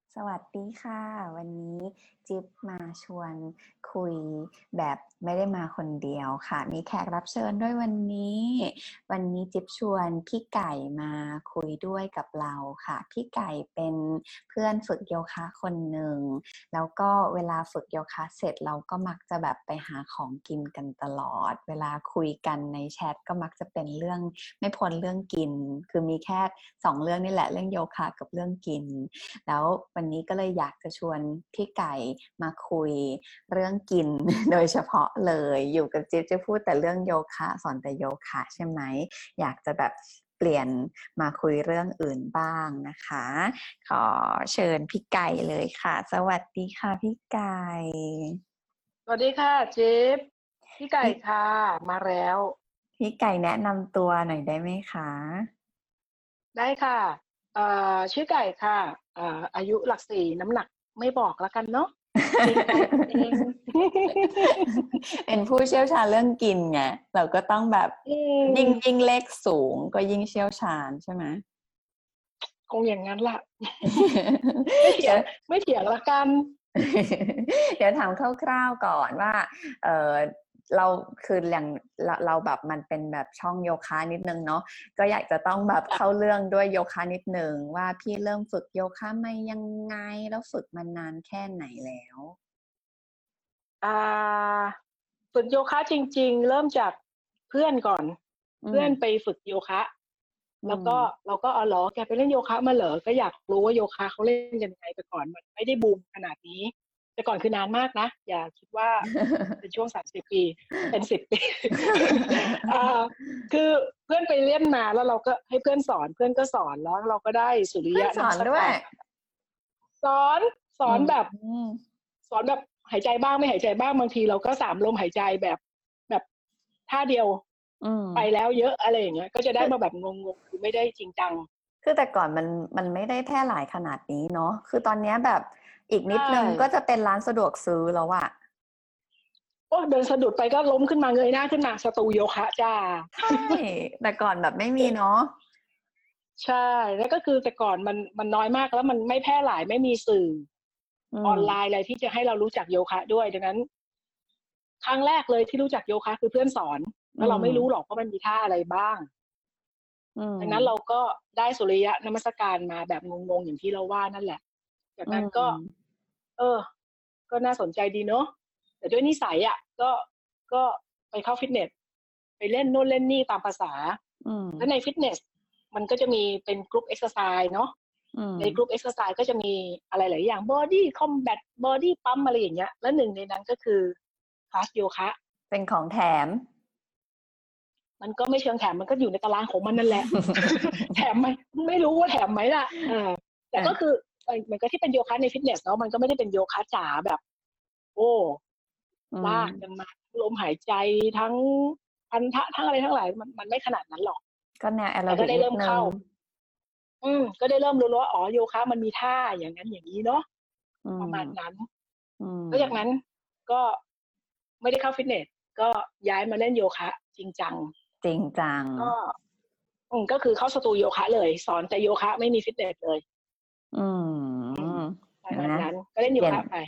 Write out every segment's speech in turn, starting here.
สวัสดีค่ะวันนี้จิ๊บมาชวนคุยแบบไม่ได้มาคนเดียวค่ะมีแขกรับเชิญด้วยวันนี้จิ๊บชวนพี่ไก่มาคุยด้วยกับเราค่ะพี่ไก่เป็นเพื่อนฝึกโยคะคนหนึ่งแล้วก็เวลาฝึกโยคะเสร็จเราก็มักจะแบบไปหาของกินกันตลอดเวลาคุยกันในแชทก็มักจะเป็นเรื่องไม่พ้นเรื่องกินคือมีแค่2เรื่องนี่แหละเรื่องโยคะกับเรื่องกินแล้ววันนี้ก็เลยอยากจะชวนพี่ไก่มาคุยเรื่องกิน โดยเฉพาะเลยอยู่กับจิ๊บจะพูดแต่เรื่องโยคะสอนแต่โยคะใช่ไหมอยากจะแบบเปลี่ยนมาคุยเรื่องอื่นบ้างนะคะขอเชิญพี่ไก่เลยค่ะสวัสดีค่ะพี่ไก่สวัสดีค่ะจิ๊บพี่ไก่ค่ะมาแล้วพี่ไก่แนะนำตัวหน่อยได้ไหมคะได้ค่ะชื่อไก่ค่ะอายุหลักสี่น้ำหนักไม่บอกแล้วกันเนาะเกรงใจตัวเองเป็นผู้เชี่ยวชาญเรื่องกินไงเราก็ต้องแบบอืยิ่งมเลขสูงก็ยิ่งเชี่ยวชาญใช่ไหมคงอย่างนั้นล่ะ ไม่เถียงไม่เถียงละกันเดี๋ยวถามคร่าวๆก่อนว่าเออเราคืออย่างเราแบบมันเป็นแบบช่องโยคะนิดนึงเนาะก็อยากจะต้องแบบเข้าเรื่องด้วยโยคะนิดนึงว่าพี่เริ่มฝึกโยคะมายังไงแล้วฝึกมานานแค่ไหนแล้วอ่าฝึกโยคะจริงๆเริ่มจากเพื่อนก่อนอืมเพื่อนไปฝึกโยคะอืแล้วก็มเราก็อ๋อเหรอแกไปเล่นโยคะมาเหรอก็อยากรู้ว่าโยคะเขาเล่นกันยังไงแต่ก่อนมันไม่ได้บูมขนาดนี้แต่ก่อนคือนานมากนะอย่าคิดว่าเป็นช่วง30 ปีเป็น10 ปี อ่าคือเพื่อนไปเล่นมาแล้วเราก็ให้เพื่อนสอนเพื่อนก็สอนแล้วเราก็ได้สุริเพื่อนยะสอนด้วยนมัสการสอนสอือนแบบมสอนแบบหายใจบ้างไม่หายใจบ้างบางทีเราก็3 ลมหายใจแบบท่าเดียวอืมไปแล้วเยอะอะไรอย่างเงี้ยก็จะได้คือมาแบบงงๆคือไม่ได้จริงจังคือแต่ก่อนมันไม่ได้แพร่หลายขนาดนี้เนาะคือตอนนี้แบบอีกนิดใช่นึงก็จะเป็นร้านสะดวกซื้อแล้วอะโอ้เดินสะดุดไปก็ล้มขึ้นมาเงยหน้าขึ้นมาสตูโยคะจ้าใช่แต่ก่อนแบบไม่มีเนาะใช่แล้วก็คือแต่ก่อนมันน้อยมากแล้วมันไม่แพร่หลายไม่มีสื่ออืออนไลน์มอะไรที่จะให้เรารู้จักโยคะด้วยดังนั้นครั้งแรกเลยที่รู้จักโยคะคือเพื่อนสอนอืแล้วเราไม่รู้หรมอกว่ามันมีท่าอะไรบ้างอืดังนั้นเรามก็ได้สุริยะนมัสการมาแบบงงๆอย่างที่เราว่านั่นแหละจากอืนั้นก็มเออก็น่าสนใจดีเนาะแต่ด้วยนิสัยอ่ะก็ไปเข้าฟิตเนสไปเล่นโน่นเล่นนี่ตามภาษาอืมแล้วในฟิตเนสมันก็จะมีเป็นกรุ๊ปเอ็กซ์ไซส์เนาะอืมในกรุ๊ปเอ็กซ์ไซส์ก็จะมีอะไรหลายอย่างบอดี้คอมแบทบอดี้ปั๊มอะไรอย่างเงี้ยแล้วหนึ่งในนั้นก็คือคลาสโยคะเป็นของแถมมันก็ไม่เชิงแถมมันก็อยู่ในตารางของมันนั่นแหละ แถมไหมไม่รู้ว่าแถมไหมล่ะแต่ก็คือมันก็ที่เป็นโยคะในฟิตเนสเนาะมันก็ไม่ได้เป็นโยคะจ๋าแบบโอ้อืลากกันมมาลมหายใจทั้งพันธะทั้งอะไรทั้งหลายมันไม่ขนาดนั้นหรอกก็แนวแอโรแต่ก็บิกนิดนึงได้เริ่มเข้าก็ได้เริ่มรู้ว่าอ๋อโยคะมันมีท่าอย่างนั้นอย่างนี้เนาะอืประมาณมนั้นอืมแล้วจากนั้นก็ไม่ได้เข้าฟิตเนสก็ย้ายมาเล่นโยคะจริงจังจริงจังก็ ก็คือเข้าสตูโยคะเลยสอนแต่โยคะไม่มีฟิตเนสเลยอือืมมประเห็นไหมมาณนั้นก็เล่นเปลี่ยนโยคะไป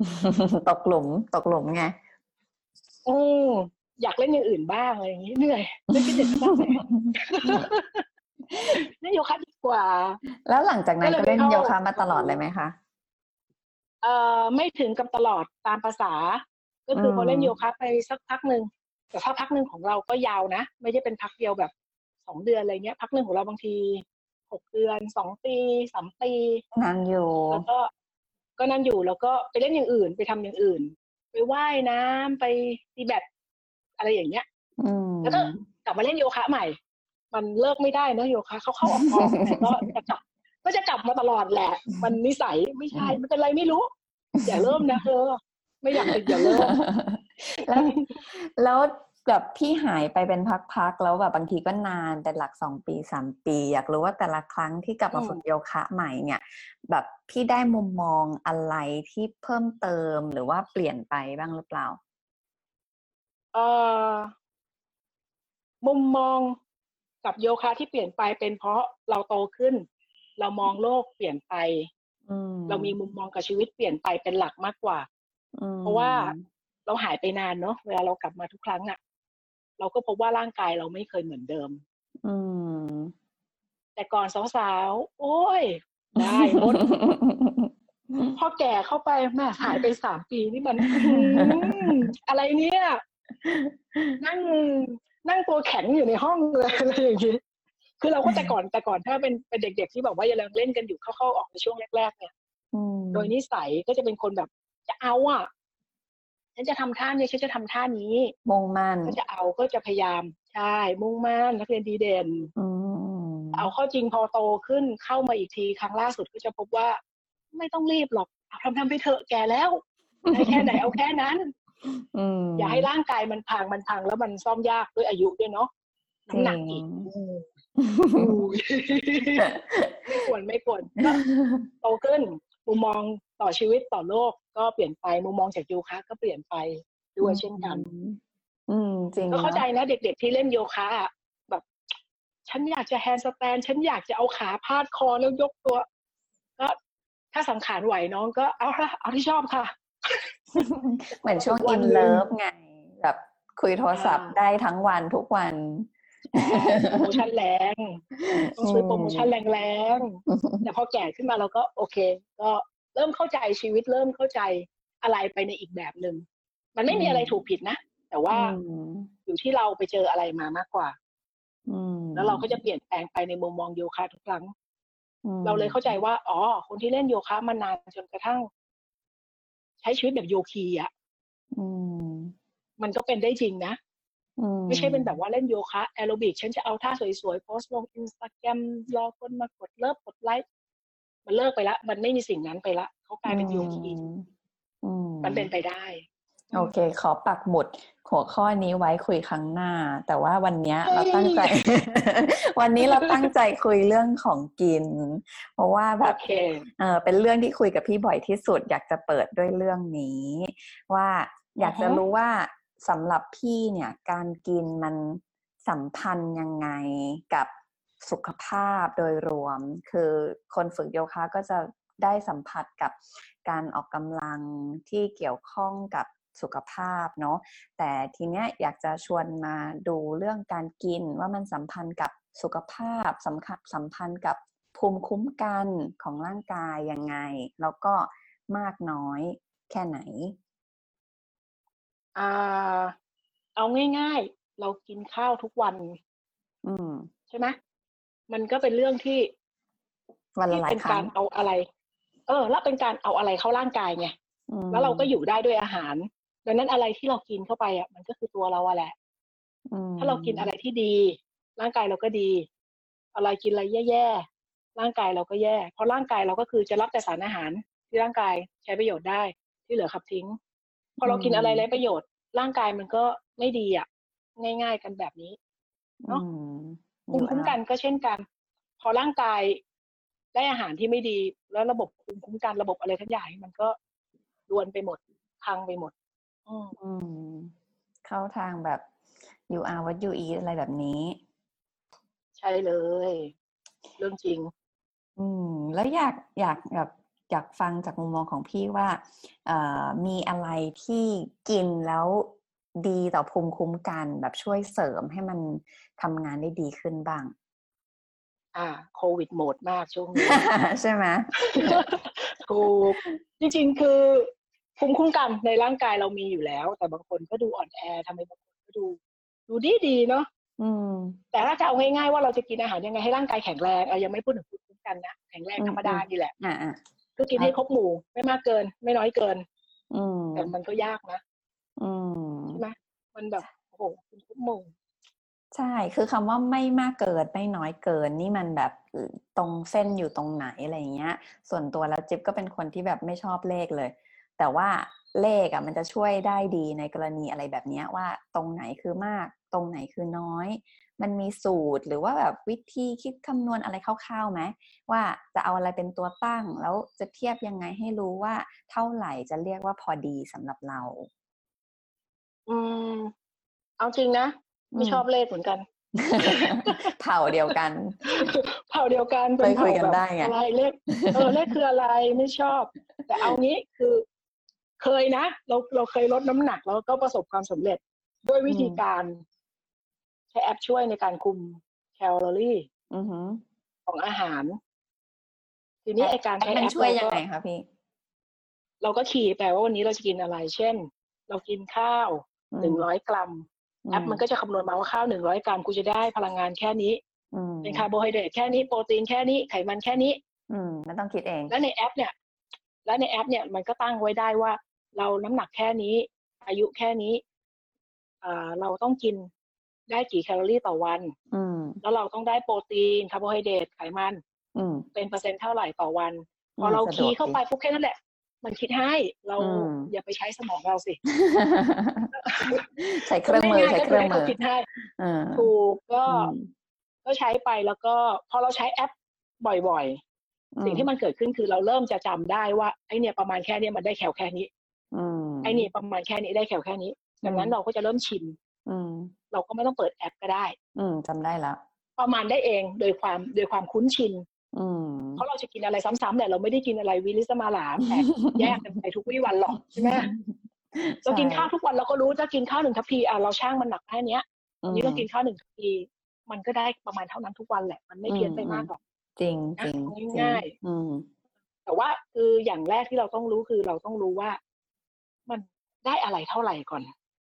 ตกหลุมไงอืมอยากเล่นอย่างอื่นบ้างอะไรอย่างนี้เหนื่อยเล่นฟิตเนสบ้างเลยเล่นโยคะดีกว่าแล้วหลังจากก็นั้นก็เล่นเลยไปเข้าโยคะมาสตูตลอดเลยไหมคะไม่ถึงกับตลอดตามภาษาก็อืคือพอเล่นโยมคะไปสักพักหนึ่งแต่ถ้าพักหนึ่งของเราก็ยาวนะไม่ได้เป็นพักเดียวแบบ2 เดือนอะไรเงี้ยพักหนึ่งของเราบางที6 เดือน2 ปี3 ปีนานอยู่แล้วก็นั่นอยู่แล้วก็ไปเล่นอย่างอื่นไปทำอย่างอื่นไปว่ายน้ำไปตีแบดอะไรอย่างเงี้ยอืแล้วก็มกลับมาเล่นโยคะใหม่มันเลิกไม่ได้นะโยคะเข้าออกแต่ก็จะกลับมาตลอดแหละมันนิสัยไม่ใช่ไม่เป็นไรไม่รู้อย่าเริ่มนะเธอไม่อยากติดอย่าเริ่มแล้วแล้วแบบพี่หายไปเป็นพักๆแล้วแบบบางทีก็นานเป็นหลัก2 ปี 3 ปีอยากรู้ว่าแต่ละครั้งที่กลับอืมมาฝึกโยคะใหม่เนี่ยแบบพี่ได้มุมมองอะไรที่เพิ่มเติมหรือว่าเปลี่ยนไปบ้างหรือเปล่าเอ่อมุมมองกับโยคะที่เปลี่ยนไปเป็นเพราะเราโตขึ้นเรามองโลกเปลี่ยนไปเรามีมุมมองกับชีวิตเปลี่ยนไปเป็นหลักมากกว่าเพราะว่าเราหายไปนานเนาะเวลาเรากลับมาทุกครั้งอ่ะเราก็พบว่าร่างกายเราไม่เคยเหมือนเดิมแต่ก่อนสาวๆโอ้ยได้หมด พอแก่เข้าไปแม่หายไป3 ปีนี่มันอะไรเนี่ยนั่งตัวแข็งอยู่ในห้องเลยอะไรอย่างนี้คือเราก็แต่ก่อนถ้าเป็นเด็กๆที่บอกว่ายังเล่นกันอยู่เข้าๆออกในช่วงแรกๆเนี่ยโดยนิสัยก็จะเป็นคนแบบจะเอาอ่ะฉันจะทำท่านี้ฉันจะทำท่านี้มุ่งมั่นก็จะเอาก็จะพยายามใช่มุ่งมั่นนักเรียนดีเด่นเอาเข้าจริงพอโตขึ้นเข้ามาอีกทีครั้งล่าสุดก็จะพบว่าไม่ต้องรีบหรอกทำไปเถอะแก่แล้วได้แค่ไหนเอาแค่นั้นอย่าให้ร่างกายมันพังแล้วมันซ่อมยากด้วยอายุด้วยเนาะน้ำหนักอีกไม่ควรก็โตขึ้นมุมมองต่อชีวิตต่อโลกก็เปลี่ยนไปมุมมองจากโยคะก็เปลี่ยนไปด้วยเช่นกันจริงก็เข้าใจนะเด็กๆที่เล่นโยคะแบบฉันอยากจะแฮนด์สแตนฉันอยากจะเอาขาพาดคอแล้วยกตัวก็ถ้าสังขารไหวน้องก็เอาที่ชอบค่ะเหมือนช่วงอินเลิฟไงแบบคุยโทรศัพท์ได้ทั้งวันทุกวันโปรโมชั่นแรงต้องซื้อโปรโมชั่นแรงๆแต่พอแก่ขึ้นมาเราก็โอเคก็เริ่มเข้าใจชีวิตเริ่มเข้าใจอะไรไปในอีกแบบหนึ่งมันไม่มีอะไรถูกผิดนะแต่ว่าอยู่ที่เราไปเจออะไรมามากกว่าแล้วเราก็จะเปลี่ยนแปลงไปในมุมมองโยคะทุกครั้งเราเลยเข้าใจว่าอ๋อคนที่เล่นโยคะมานานจนกระทั่งใช้ชีวิตแบบโยคีอ่ะมันก็เป็นได้จริงนะไม่ใช่เป็นแบบว่าเล่นโยคะแอโรบิกฉันจะเอาท่าสวยๆโพสต์ลง Instagram รอคนมากดเลิฟกดไลค์มันเลิกไปละมันไม่มีสิ่งนั้นไปละเขากลายเป็นโยคีมันเป็นไปได้โอเคขอปักหมุดหัวข้อนี้ไว้คุยครั้งหน้าแต่ว่าวันนี้เราตั้งใจ วันนี้เราตั้งใจคุยเรื่องของกินเพราะว่าแบบเป็นเรื่องที่คุยกับพี่บ่อยที่สุดอยากจะเปิดด้วยเรื่องนี้ว่าอยากจะรู้ว่าสำหรับพี่เนี่ยการกินมันสัมพันธ์ยังไงกับสุขภาพโดยรวมคือคนฝึกโยคะก็จะได้สัมผัสกับการออกกำลังที่เกี่ยวข้องกับสุขภาพเนาะแต่ทีเนี้ยอยากจะชวนมาดูเรื่องการกินว่ามันสัมพันธ์กับสุขภาพสัมพันธ์กับภูมิคุ้มกันของร่างกายยังไงแล้วก็มากน้อยแค่ไหนเอาง่ายๆเรากินข้าวทุกวันใช่ไหมมันก็เป็นเรื่องที่วันละหลายครั้งเป็นการเอาอะไรแล้วเป็นการเอาอะไรเข้าร่างกายไงแล้วเราก็อยู่ได้ด้วยอาหารดังนั้นอะไรที่เรากินเข้าไปอ่ะมันก็คือตัวเราอะแหละถ้าเรากินอะไรที่ดีร่างกายเราก็ดีอะไรกินอะไรแย่ๆร่างกายเราก็แย่เพราะร่างกายเราก็คือจะรับแต่สารอาหารที่ร่างกายใช้ประโยชน์ได้ที่เหลือขับทิ้งพอเรากินอะไรไร้ประโยชน์ร่างกายมันก็ไม่ดีอ่ะง่ายๆกันแบบนี้เนาะภูมิคุ้มกันก็เช่นกันพอร่างกายได้อาหารที่ไม่ดีแล้วระบบภูมิคุ้มกันระบบอะไรทั้งอย่างมันก็รวนไปหมดพังไปหมดเข้าทางแบบ you are what you eat อะไรแบบนี้ใช่เลยเรื่องจริงแล้วอยากฟังจากมุมมองของพี่ว่ามีอะไรที่กินแล้วดีต่อภูมิคุ้มกันแบบช่วยเสริมให้มันทำงานได้ดีขึ้นบ้างโควิดโหมดมากช่วงนี้ใช่ไหมถูกจริงๆคือภูมิคุ้มกันในร่างกายเรามีอยู่แล้วแต่บางคนก็ดูอ่อนแอทำไมบางคนก็ดูดีเนาะแต่ถ้าจะเอาง่ายๆว่าเราจะกินอาหารยังไงให้ร่างกายแข็งแรงยังไม่พูดถึงภูมิคุ้มกันนะแข็งแรงธรรมดานี่แหละก็กินให้ครบหมู่ไม่มากเกินไม่น้อยเกินแต่มันก็ยากนะใช่ไหมมันแบบโอ้โหกินครบหมู่ใช่คือคำว่าไม่มากเกินไม่น้อยเกินนี่มันแบบตรงเส้นอยู่ตรงไหนอะไรเงี้ยส่วนตัวแล้วจิ๊บก็เป็นคนที่แบบไม่ชอบเลขเลยแต่ว่าเลขมันจะช่วยได้ดีในกรณีอะไรแบบนี้ว่าตรงไหนคือมากตรงไหนคือน้อยมันมีสูตรหรือว่าแบบวิธีคิดคำนวณอะไรคร่าวๆไหมว่าจะเอาอะไรเป็นตัวตั้งแล้วจะเทียบยังไงให้รู้ว่าเท่าไหร่จะเรียกว่าพอดีสำหรับเราเอาจริงนะไม่ชอบเลขเหมือนกันเผ่าเดียวกันเผ่าเดียวกันเคเป็นยคุเผ่ายกันแบบได้ไงอะไรเลขเลขคืออะไรไม่ชอบ แต่เอางี้คือเคยนะเราเคยลดน้ำหนักแล้วก็ประสบความสำเร็จด้วยวิธีการใช้แอปช่วยในการคุมแคลอรี่อือหือของอาหาร ทีนี้ไอการใช้มันแอปช่วยยังไงคะพี่เราก็คีย์แปลว่าวันนี้เราจะกินอะไร เช่น เรากินข้าว100 กรัมแอปมันก็จะคำนวณมาว่าข้าว100 กรัมกูจะได้พลังงานแค่นี้เป็นคาร์โบไฮเดรตแค่นี้โปรตีนแค่นี้ไขมันแค่นี้ไม่ต้องคิดเองแล้วในแอปเนี่ยมันก็ตั้งไว้ได้ว่าเราน้ำหนักแค่นี้อายุแค่นี้เราต้องกินได้กี่แคลอรี่ต่อวันแล้วเราต้องได้โปรตีนคาร์โบไฮเดรตไขมันเป็นเปอร์เซ็นต์เท่าไหร่ต่อวันพอเราคีย์เข้าไปปุ๊บแค่นั้นแหละมันคิดให้เราอย่าไปใช้สมองเราสิใช้เครื่องมือใช้เครื่องมือคิดให้ถูกก็ใช้ไปแล้วก็พอเราใช้แอปบ่อยๆสิ่งที่มันเกิดขึ้นคือเราเริ่มจะจำได้ว่าไอเนี่ยประมาณแค่นี้มันได้แคลแค่นี้ไอเนี่ยประมาณแค่นี้ได้แคลแค่นี้ดังนั้นเราก็จะเริ่มชินเราก็ไม่ต้องเปิดแอปก็ได้จำได้แล้วประมาณได้เองโดยความคุ้นชินเพราะเราจะกินอะไรซ้ำๆแหละเราไม่ได้กินอะไรวิลิสมาลาแต่แยกกันไปทุกวี่วันหรอกใช่ไหมเรากินข้าวทุกวันเราก็รู้จะกินข้าว1 ทัพพีเราช่างมันหนักแค่นี้วันนี้เรากินข้าว1 ทัพพีมันก็ได้ประมาณเท่านั้นทุกวันแหละมันไม่เพี้ยนไปมากหรอกจริงจริงง่ายแต่ว่าคืออย่างแรกที่เราต้องรู้คือเราต้องรู้ว่ามันได้อะไรเท่าไหร่ก่อน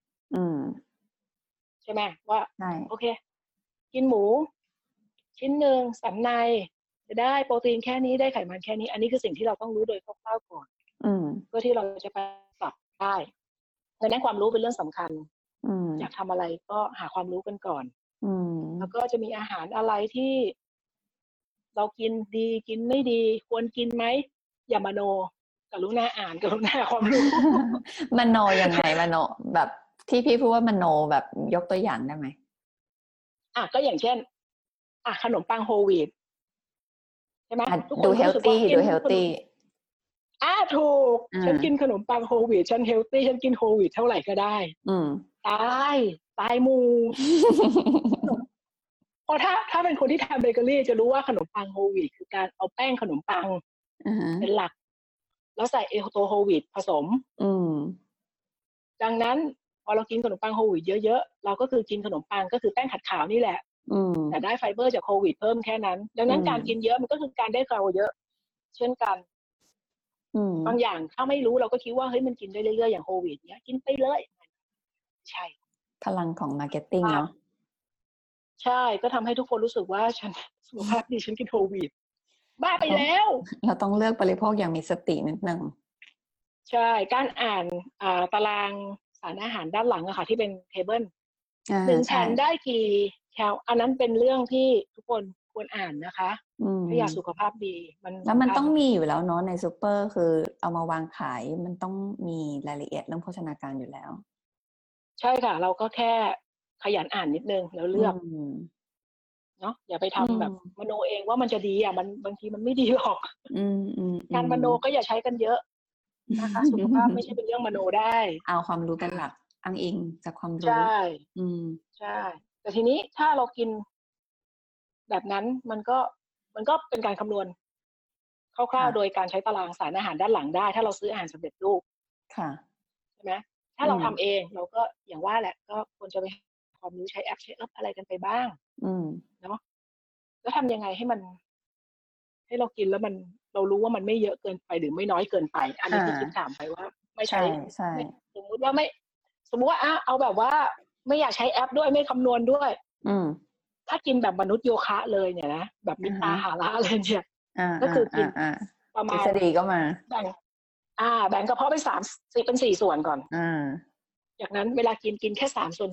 ใช่ไหมว่าโอเคกินหมูชิ้นหนึ่งสันในจะได้โปรตีนแค่นี้ได้ไขมันแค่นี้อันนี้คือสิ่งที่เราต้องรู้โดยคร่าวๆก่อนเพื่อที่เราจะไปปรับได้ดังนั้นความรู้เป็นเรื่องสำคัญอยากทำอะไรก็หาความรู้กันก่อนแล้วก็จะมีอาหารอะไรที่เรากินดีกินไม่ดีควรกินไหมอย่ามโนกรุณาอ่านกรุณาความรู้มโนยังไงมโนแบบที่พี่พูดว่ามโนแบบยกตัวอย่างได้ไหมก็อย่างเช่นขนมปังโฮลวีตใช่ไหมดูเฮลตี้ดูเฮลตี้ถูกฉันกินขนมปังโฮลวีตฉันเฮลตี้ฉันกินโฮลวีตเท่าไหร่ก็ได้ตายหมูเพราะถ้าเป็นคนที่ทำเบเกอรี่จะรู้ว่าขนมปังโฮลวีตคือการเอาแป้งขนมปังเป็นหลักแล้วใส่ตัวโฮลวีตผสมดังนั้นพอเรากินขนมปังโฮลวีตเยอะๆเราก็คือกินขนมปังก็คือแป้งขัดขาวนี่แหละแต่ได้ไฟเบอร์จากโฮลวีตเพิ่มแค่นั้นดังนั้นการกินเยอะมันก็คือการได้แคลเยอะเช่นกันบางอย่างถ้าไม่รู้เราก็คิดว่าเฮ้ยมันกินได้เรื่อยๆอย่างโฮลวีตเนี้ยกินไปเลยใช่พลังของมาร์เก็ตติ้งเนาะใช่ก็ทำให้ทุกคนรู้สึกว่าฉันสุขภาพดีฉันกินโฮลวีตบ้าไปแล้วเราต้องเลือกบริโภคอย่างมีสตินิดนึงใช่การอ่านตารางสารอาหารด้านหลังอะค่ะที่เป็นเทเบิล1 แผ่นได้กี่แคลอันนั้นเป็นเรื่องที่ทุกคนควรอ่านนะคะถ้าอยากสุขภาพดีแล้วมันต้องมีอยู่แล้วเนาะในซูเปอร์คือเอามาวางขายมันต้องมีรายละเอียดเรื่องโภชนาการอยู่แล้วใช่ค่ะเราก็แค่ขยันอ่านนิดนึงแล้วเลือกเนาะอย่าไปทำแบบมโนเองว่ามันจะดีมันบางทีมันไม่ดีหรอกการมโนก็อย่าใช้กันเยอะนะคะสุขภาพไม่ใช่เป็นเรื่องมโนได้เอาความรู้เป็นหลักอ้างอิงจากความรู้ใช่ใช่แต่ทีนี้ถ้าเรากินแบบนั้นมันก็เป็นการคำนวณคร่าวๆโดยการใช้ตารางสารอาหารด้านหลังได้ถ้าเราซื้ออาหารสำเร็จรูปใช่ไหมถ้าเราทำเองเราก็อย่างว่าแหละก็ควรจะไปความรู้ใช้แอปอะไรกันไปบ้างเนาะแล้วทำยังไงให้เรากินแล้วเรารู้ว่ามันไม่เยอะเกินไปหรือไม่น้อยเกินไปอันนี้ที่คิดถามไปว่าไม่ใช่สมมุติว่าเอาแบบว่าไม่อยากใช้แอปด้วยไม่คำนวณด้วยถ้ากินแบบมนุษย์โยคะเลยเนี่ยนะแบบมิตาหาระเลยเนี่ยก็คือกินประมาณทฤษฎีก็มาแบ่งกระเพาะเป็นเป็น4 ส่วนก่อนจากนั้นเวลากินแค่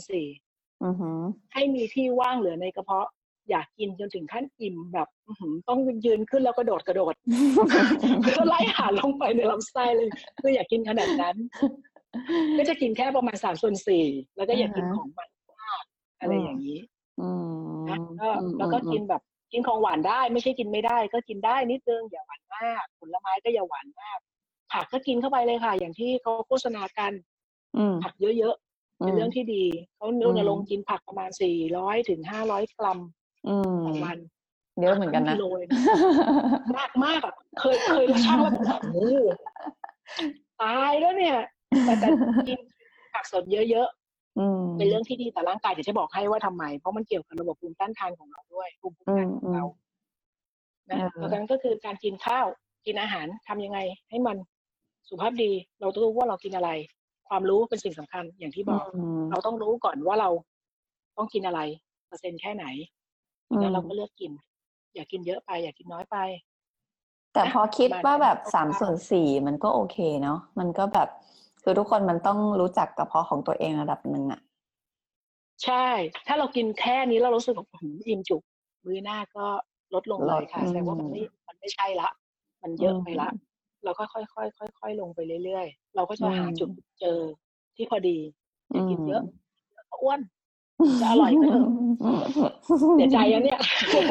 3/4ให้มีที่ว่างเหลือในกระเพาะอยากกินจนถึงขั้นอิ่มแบบต้องยืนขึ้นแล้วกระโดดก็ไล่อาหารลงไปในลำไส้เลยคืออยากกินขนาดนั้นก็จะกินแค่ประมาณ3/4แล้วก็อยากกินของมันมากอะไรอย่างนี้นะแล้วก็กินแบบกินของหวานได้ไม่ใช่กินไม่ได้ก็กินได้นิดนึงอย่าหวานมากผลไม้ก็อย่าหวานมากผักก็กินเข้าไปเลยค่ะอย่างที่เขาโฆษณากันผักเยอะเป็นเรื่องที่ดีเขารณรงค์กินผักประมาณ400 ถึง 500 กรัมต่อวันเยอะเหมือนกันนะกิโลเลยนะมากมากอ่ะเคยชั่งแล้วแบบโอ้ตายแล้วเนี่ยแต่กินผักสดเยอะๆเป็นเรื่องที่ดีต่อร่างกายเดี๋ยวจะบอกให้ว่าทำไมเพราะมันเกี่ยวกับระบบภูมิต้านทานของเราด้วยภูมิคุ้มกันของเรานะเพราะฉะนั้นก็คือการกินข้าวกินอาหารทำยังไงให้มันสุขภาพดีเราต้องรู้ว่าเรากินอะไรความรู้เป็นสิ่งสำคัญอย่างที่บอกเราต้องรู้ก่อนว่าเราต้องกินอะไรเปอร์เซ็นต์แค่ไหนแล้วเราก็เลือกกินอย่ากินเยอะไปอย่ากินน้อยไปแต่พอคิดว่าแบบ3/4มันก็โอเคเนาะมันก็แบบคือทุกคนมันต้องรู้จักกระเพาะของตัวเองระดับหนึ่งอะใช่ถ้าเรากินแค่นี้เรารู้สึกว่าอิ่มจุกมื้อหน้าก็ลดลงเลยค่ะแสดงว่ามันไม่ใช่ละมันเยอะไปละเราก็ค่อยๆลงไปเรื่อยๆเราก็จะหาจุดเจอที่พอดีอย่ากินเยอะก็อ้วนจะอร่อยก็เถอะเสียใจแล้วเนี่ย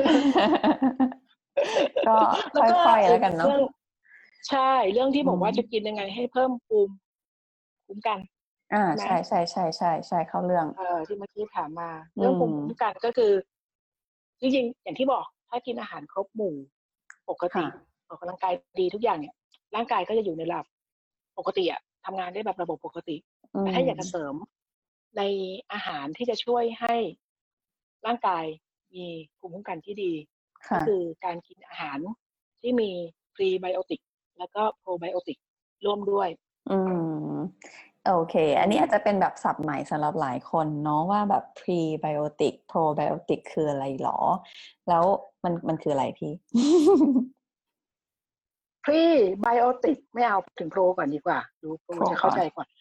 ก็ค่อยๆแล้วกันเนาะใช่เรื่องที่บอกว่าจะกินยังไงให้เพิ่มภูมิคุ้มกันใช่เข้าเรื่องที่เมื่อกี้ถามมาเรื่องภูมิคุ้มกันก็คือจริงๆอย่างที่บอกถ้ากินอาหารครบหมู่ปกติออกกำลังกายดีทุกอย่างเนี่ยร่างกายก็จะอยู่ในระดับปกติอะทำงานได้แบบระบบปกติแต่ถ้าอยากจะเสริมในอาหารที่จะช่วยให้ร่างกายมีภูมิคุ้มกันที่ดีก็คือการกินอาหารที่มีพรีไบโอติกแล้วก็โปรไบโอติกร่วมด้วยโอเคอันนี้อาจจะเป็นแบบศัพท์ใหม่สำหรับหลายคนเนาะว่าแบบ prebiotic probiotic คืออะไรหรอแล้วมันคืออะไรพี่ prebiotic ไม่เอาถึงโปรก่อนดีกว่าดูโปรจะเข้าใจก่อน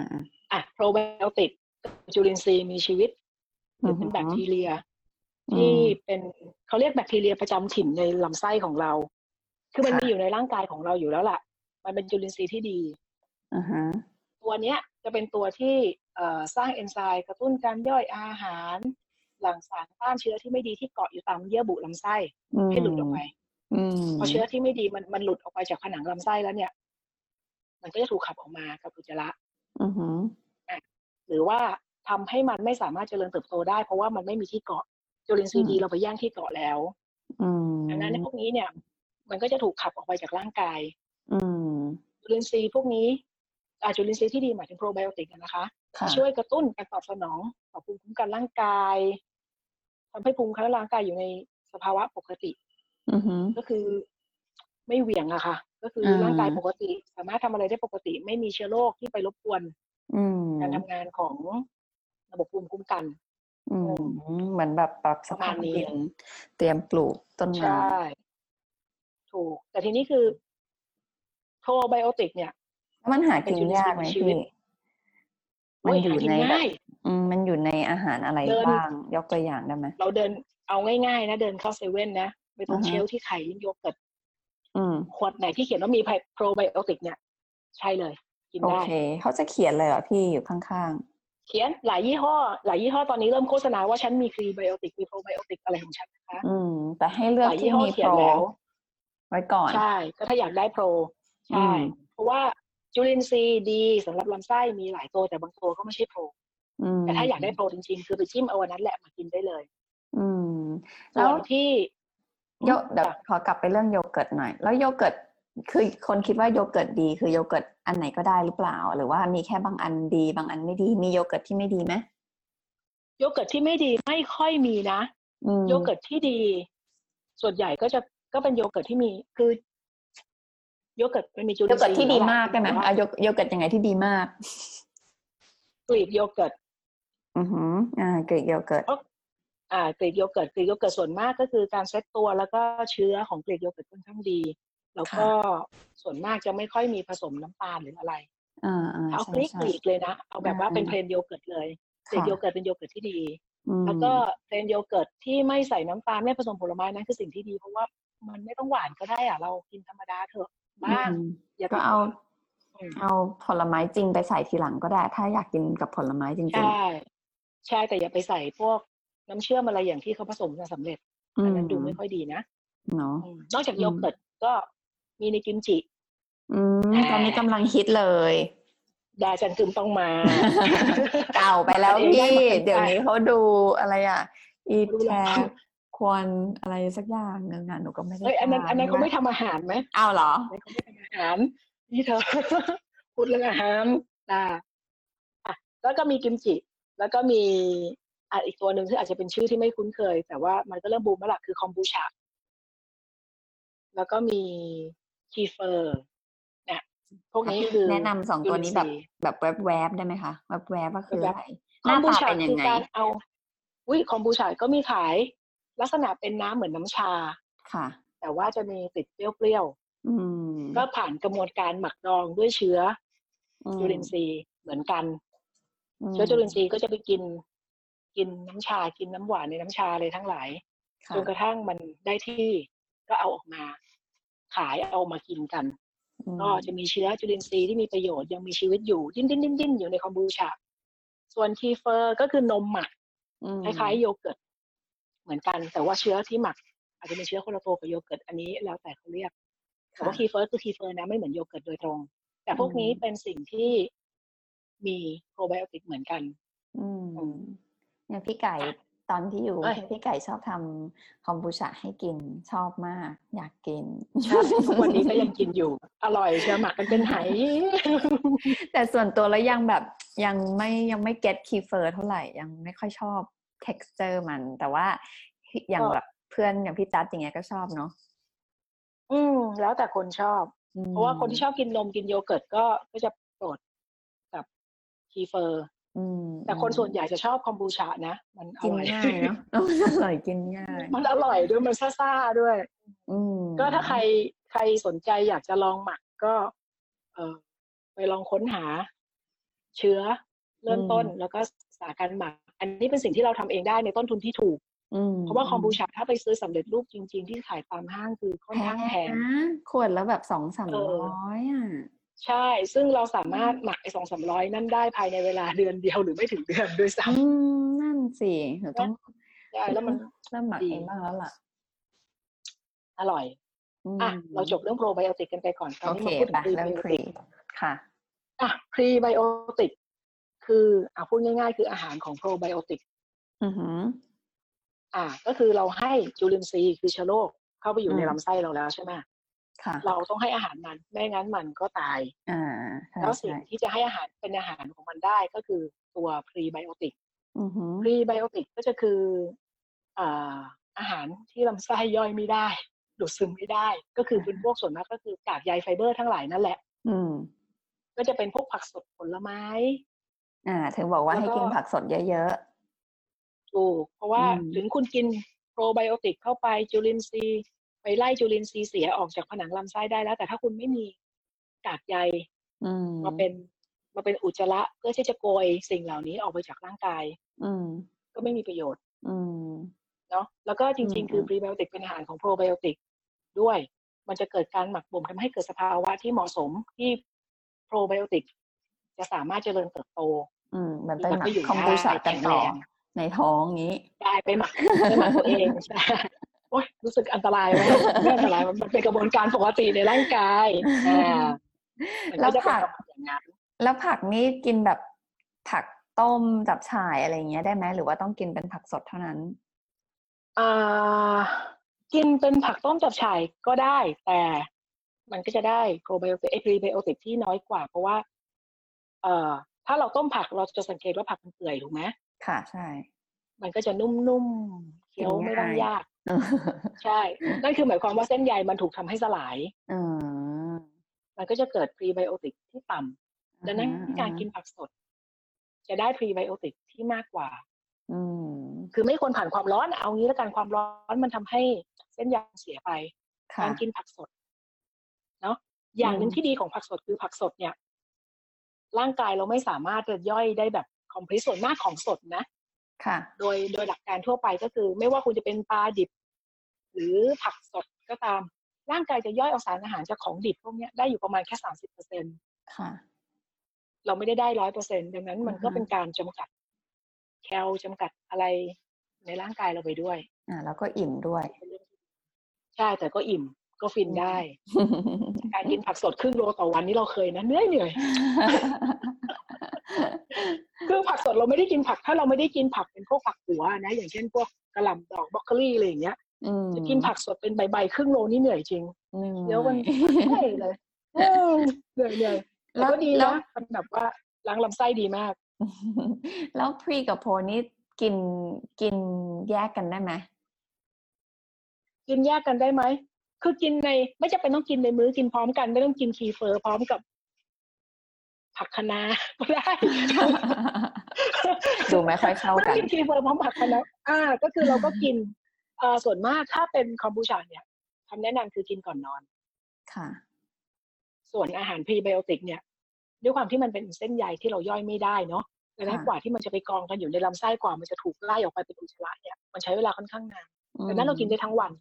probiotic จุลินทรีย์มีชีวิตหรือเป็นแบคทีเรียที่เป็นเขาเรียกแบคทีเรียประจำถิ่นในลำไส้ของเราคือมันมีอยู่ในร่างกายของเราอยู่แล้วล่ะมันเป็นจุลินทรีย์ที่ดีตัวเนี้ยจะเป็นตัวที่สร้างเอนไซม์กระตุ้นการย่อยอาหารหลั่งสารต้านเชื้อที่ไม่ดีที่เกาะอยู่ตามเยื่อบุลำไส้ให้หลุดออกไปพอเชื้อที่ไม่ดีมันหลุดออกไปจากผนังลำไส้แล้วเนี่ยมันก็จะถูกขับออกมากับอุจจาระหรือว่าทำให้มันไม่สามารถเจริญเติบโตได้เพราะว่ามันไม่มีที่เกาะจุลินทรีย์ดีเราไปแย่งที่เกาะแล้วดังนั้นในพวกนี้เนี่ยมันก็จะถูกขับออกไปจากร่างกายจุลินทรีย์พวกนี้จุลินทรีย์ที่ดีหมายถึงโปรไบโอติกนะคะช่วยกระตุ้นการตอบสนองต่อภูมิคุ้มกันร่างกายทำให้ภูมิคุ้มกันร่างกายอยู่ในสภาวะปกติก็คือไม่เหวี่ยงอะค่ะก็คือร่างกายปกติสามารถทำอะไรได้ปกติไม่มีเชื้อโรคที่ไปรบกวนการทำงานของระบบภูมิคุ้มกันเหมือนแบบปรับสภาพดินเตรียมปลูกต้นไม้ใช่ถูกแต่ทีนี้คือโปรไบโอติกเนี่ยมันหากินยากไหมพี่มันอยู่ในแบบมันอยู่ในอาหารอะไรบ้างยกตัวอย่างได้ไหมเราเดินเอาง่ายๆนะเดินเข้าเซเว่นนะไปตรงเชลฟ์ที่ขายโยเกิร์ตขวดไหนที่เขียนว่ามีโปรไบโอติกเนี่ยใช่เลยกินได้โอเคเขาจะเขียนเลยเหรอพี่อยู่ข้างๆเขียนหลายยี่ห้อตอนนี้เริ่มโฆษณาว่าฉันมีพรีไบโอติกมีโปรไบโอติกอะไรของฉันนะคะแต่ให้เลือกที่มีโปรไว้ก่อนใช่ก็ถ้าอยากได้โปรใช่เพราะว่าจุลินทรีย์ดีสำหรับลำไส้มีหลายตัวแต่บางตัวก็ไม่ใช่โปรแต่ถ้าอยากได้โปรจริงๆคือไปจิ้มเอาวันนั้นแหละมากินได้เลยแล้วที่เดี๋ยวขอกลับไปเรื่องโยเกิร์ตหน่อยแล้วโยเกิร์ตคือคนคิดว่าโยเกิร์ตดีคือโยเกิร์ตอันไหนก็ได้หรือเปล่าหรือว่ามีแค่บางอันดีบางอันไม่ดีมีโยเกิร์ตที่ไม่ดีไหมโยเกิร์ตที่ไม่ดีไม่ค่อยมีนะโยเกิร์ตที่ดีส่วนใหญ่ก็เป็นโยเกิร์ตที่มีคือโยเกิร์ตมันมีจุลินทรีย์โยเกิร์ตที่ดีมากใช่ไหมโยเกิร์ตยังไงที่ดีมากกรีกโยเกิร์ตกรีกโยเกิร์ตกรีกโยเกิร์ตส่วนมากก็คือการเซตตัวแล้วก็เชื้อของกรีกโยเกิร์ตค่อนข้างดีแล้วก็ส่วนมากจะไม่ค่อยมีผสมน้ำตาลหรืออะไรเอากรีกเลยนะเอาแบบว่าเป็นเพลนโยเกิร์ตเลยกรีกโยเกิร์ตเป็นโยเกิร์ตที่ดีแล้วก็เพลนโยเกิร์ตที่ไม่ใส่น้ำตาลไม่ผสมผลไม้นั่นคือสิ่งที่ดีเพราะว่ามันไม่ต้องหวานก็ได้เรากินธรรมดาเถอะบ้างอย่าก็เอาผลไม้จริงไปใส่ทีหลังก็ได้ถ้าอยากกินกับผลไม้จริงๆใช่แต่อย่าไปใส่พวกน้ำเชื่อมอะไรอย่างที่เขาผสมสำเร็จอันนั้นดูไม่ค่อยดีนะเนาะนอกจากโยเกิร์ตก็มีในกิมจิตอนนี้กำลังฮิตเลยแดจันกึมต้องมาเก่าไปแล้วเองได้พี่มากันเดี๋ยวไปนี้เขาดูอะไรอ่ะ eat รู้แล้ว care ควรอะไรสักอย่างหนึ่งอ่ะหนูก็ไม่ได้เฮ้ยอันนั้นตามเขาไม่ทำอาหารไหมอ้าวเหรออันนั้นเขาไม่ทำอาหารนี่เธอ พูดเรื่องอาหารอ่ะแล้วก็มีกิมจิ แล้วก็มีอีกตัวหนึ่งที่อาจจะเป็นชื่อที่ไม่คุ้นเคย แต่ว่ามันก็เริ่มบูมแล้วล่ะคือคอมบูชาแล้วก็มีคีเฟอร์เนี่ยพวกนี้คือแนะนำสองตัวนี้แบบจุลินทรีย์แบบแวบๆได้ไหมคะแวบๆก็คือแวอะบไรหคอน้ามบูตาชาเป็นยัคืงอไงการเอาคอมบูชาก็มีขายลักษณะเป็นน้ำเหมือนน้ำชาค่ะแต่ว่าจะมีติดเปรี้ยวอืมๆก็ผ่านกระบวนการหมักดองด้วยเชื้ออืมจุลินทรีย์เหมือนกันมเชื้อจุลินทรีย์ก็จะไปกินน้ำชากินน้ำหวานในน้ำชาเลยทั้งหลายค่ะจนกระทั่งมันได้ที่ก็เอาออกมาขายเอามากินกันอืมก็จะมีเชื้อจุลินทรีย์ที่มีประโยชน์ยังมีชีวิตอยู่ดิ้นอยู่ในคอมบูชาส่วนคีเฟอร์ก็คือนมหมักอืมคล้ายๆโยเกิร์ตเหมือนกัน แต่ว่าเชื้อที่หมัก อาจจะเป็นเชื้อคนละตัวกับโยเกิร์ตอันนี้แล้วแต่เขาเรียก แต่ว่าคีเฟอร์คือคีเฟอร์นะไม่เหมือนโยเกิร์ตโดยตรง แต่พวกนี้เป็นสิ่งที่มีโปรไบโอติกเหมือนกันอืมเนี่ยพี่ไก่ตอนที่อยู่เอ้ยพี่ไก่ชอบทำคอมบูชาให้กินชอบมาก อยากกินใช่ทุกวันนี้ก็ยังกินอยู่ อร่อยเชียวหมักกันเป็นไหแต่ส่วนตัวแล้วยังแบบยังไม่เก็ตคีเฟอร์เท่าไหร่ยังไม่ค่อยชอบ texture มัน แต่ว่าอย่างแบบเพื่อนอย่างพี่จัดอย่างเงี้ยก็ชอบเนาะแล้วแต่คนชอบ เพราะว่าคนที่ชอบกินนมกินโยเกิร์ตก็จะโปรดกับคีเฟอร์ แต่คนส่วนใหญ่จะชอบคอมบูชานะ มันอกินร่อยง่ายเนาะ อร่อยกินง่ายมันอร่อยด้วยมันซ่าๆด้วย ก็ถ้าใครสนใจอยากจะลองหมักก็ไปลองค้นหาเชื้อเริ่มต้นแล้วก็ศึกษาการหมัก อันนี้เป็นสิ่งที่เราทำเองได้ในต้นทุนที่ถูก เพราะว่าคอมบูชาถ้าไปซื้อสำเร็จรูปจริงๆที่ขายตามห้างคือค่อนข้างแพงขวดแล้วแบบ200-300อ่ะใช่ ซึ่งเราสามารถหมักไอ้200-300นั่นได้ภายในเวลาเดือนเดียวหรือไม่ถึงเดือนด้วยซ้ำนั่นสิหนูต้องใช่แล้วมันเริ่มหมักเองบ้างแล้วล่ะอร่อย เราจบเรื่องโปรไบโอติกกันไปก่อนตอนโอนี้เคมาพูดถึไปงพรีไบเริ่มโอพติรีกค่ะพรีไบโอติกคือพูดง่ายๆคืออาหารของโปรไบโอติกอือหือก็คือเราให้จุลินทรีย์คือเชื้อโรคเข้าไปอยู่ในลำไส้เราแล้วใช่ไหมค่ะเราต้องให้อาหารมันไม่งั้นมันก็ตายใช่แล้วสิ่งใช่ที่จะให้อาหารเป็นอาหารของมันได้ก็คือตัวพรีไบโอติกอือหือพรีไบโอติกก็จะคืออาหารที่ลำไส้ย่อยไม่ได้ดูดซึมไม่ได้ ก็คือเป็นพวกส่วนมากก็คือกากใยไฟเบอร์ทั้งหลายนั่นแหละ ก็จะเป็นพวกผักสดผลไม้ถึงบอกว่าให้กินผักสดเยอะถูกเพราะว่าอืมถึงคุณกินโปรไบโอติกเข้าไปจุลินทรีย์ไปไล่จุลินทรีย์เสียออกจากผนังลำไส้ได้แล้ว แต่ถ้าคุณไม่มีกากใยมาเป็นอุจจาระเพื่อที่จะโกยสิ่งเหล่านี้ออกไปจากร่างกายก็ไม่มีประโยชน์เนาะแล้วก็จริงๆคือพรีไบโอติกเป็นอาหารของโปรไบโอติกด้วย มันจะเกิดการหมักบ่มทำให้เกิดสภาวะที่เหมาะสมที่โปรไบโอติกจะสามารถเจริญเติบโตมันเป็นหมักคอมบูชากันต่อในท้องนี้ได้ไปหมักตัวเองใช่โอ๊ยรู้สึกอันตรายไหมไม่อันตรายมันเป็นกระบวนการปกติในร่างกายแล้วผักนี่กินแบบผักต้มจับฉ่ายอะไรเงี้ยได้ไหมหรือว่าต้องกินเป็นผักสดเท่านั้นกินเป็นผักต้มจับฉ่ายก็ได้แต่มันก็จะได้โปรไบโอติกพรีไบโอติกที่น้อยกว่าเพราะว่าถ้าเราต้มผักเราจะสังเกตว่าผักมันเปื่อยถูกไหมค่ะใช่มันก็จะนุ่มๆเคี้ยวไม่ต้องยากใช่นั่นคือหมายความว่าเส้นใยมันถูกทำให้สลายมันก็จะเกิดพรีไบโอติกที่ต่ำดังนั้นการกินผักสดจะได้พรีไบโอติกที่มากกว่าคือไม่ควรผ่านความร้อนเอางี้แล้วกันความร้อนมันทำให้เส้นใยเสียไปการกินผักสดเนาะอย่างหนึ่งที่ดีของผักสดคือผักสดเนี่ยร่างกายเราไม่สามารถจะย่อยได้แบบคอมพลีทส่วนมากของสดนะค่ะโดยหลักการทั่วไปก็คือไม่ว่าคุณจะเป็นปลาดิบหรือผักสดก็ตามร่างกายจะย่อยเอาสารอาหารจากของดิบพวกนี้ได้อยู่ประมาณแค่ 30% ค่ะเราไม่ได้ 100% ดังนั้นมันก็เป็นการจำกัดแคลจำกัดอะไรในร่างกายเราไปด้วยแล้วก็อิ่มด้วยใช่แต่ก็อิ่มก็ฟินได้การกินผักสดครึ่งโลต่อวันนี่เราเคยนะเหนื่อย คือผักสดเราไม่ได้กินผักถ้าเราไม่ได้กินผักเป็นพวกผักหัวนะอย่างเช่นพวกกะหล่ำดอกบรอกโคลีอะไรอย่างเงี้ยจะกินผักสดเป็นใบๆครึ่งโลนี่เหนื่อยจริงเดี๋ยวมันไม่เลยเหนื่อยแต่ก็ดีนะมันแบบว่าล้างลำไส้ดีมากแล้วพรีกับโพนี่กินแยกกันได้ไหมกินแยกกันได้ไหมคือกินในไม่จำเป็นต้องกินในมื้อกินพร้อมกันไม่ต้องกินคีเฟอร์พร้อมกับผักคะน้าก็ได้ดูไม่ค่อยเข้ากันไม่กินคีเฟอร์พร้อมผักคะน้าก็คือเราก็กินส่วนมากถ้าเป็นคอมบูชาเนี่ยคำแนะนำคือกินก่อนนอนค่ะส่วนอาหารพรีไบโอติกเนี่ยด้วยความที่มันเป็นเส้นใยที่เราย่อยไม่ได้เนาะดังนั้นกว่าที่มันจะไปกองกันอยู่ในลำไส้กว่ามันจะถูกไล่ออกไปเป็นอุจจาระเนี่ยมันใช้เวลาค่อนข้างนานดังนั้นเรากินได้ทั้งวัน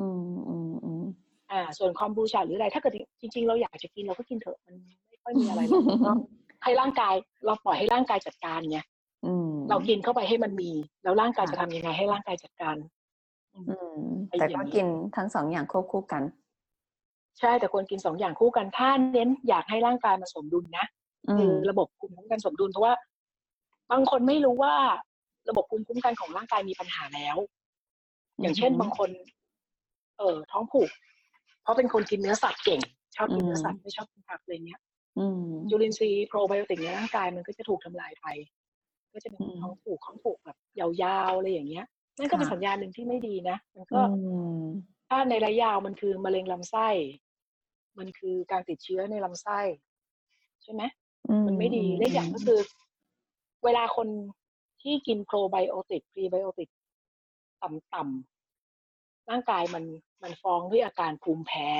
ส่วนคอมบูชาหรืออะไรถ้าเกิดจริงๆเราอยากจะกินเราก็กินเถอะมันไม่ค่อยมีอะไรหรอกก็ให้ร่างกายเราปล่อยให้ร่างกายจัดการไงเรากินเข้าไปให้มันมีแล้วร่างกายจะทำยังไงให้ร่างกายจัดการแต่ก็กินทั้งสองอย่างควบคู่กันใช่แต่ควรกิน2อย่างคู่กันถ้าเน้นอยากให้ร่างกายมันสมดุลนะคือระบบภูมิคุ้มกันสมดุลเพราะว่าบางคนไม่รู้ว่าระบบภูมิคุ้มกันของร่างกายมีปัญหาแล้วอย่างเช่นบางคนท้องผูกเพราะเป็นคนกินเนื้อสัตว์เก่งชอบกินเนื้อสัตว์ไม่ชอบกินผักอะไรเงี้ยจุลินทรีย์โปรไบโอติกในร่างกายมันก็จะถูกทำลายไปก็จะเป็นท้องผูกแบบยาวๆอะไรอย่างเงี้ยนั่นก็เป็นสัญญาณหนึ่งที่ไม่ดีนะมันก็ถ้าในระยะยาวมันคือมะเร็งลำไส้มันคือการติดเชื้อในลำไส้ใช่ไหมมันไม่ดีและอย่างก็คือเวลาคนที่กินโปรไบโอติกพรีไบโอติกต่ำๆร่างกายมันฟ้องด้วยอาการภูมิแพ้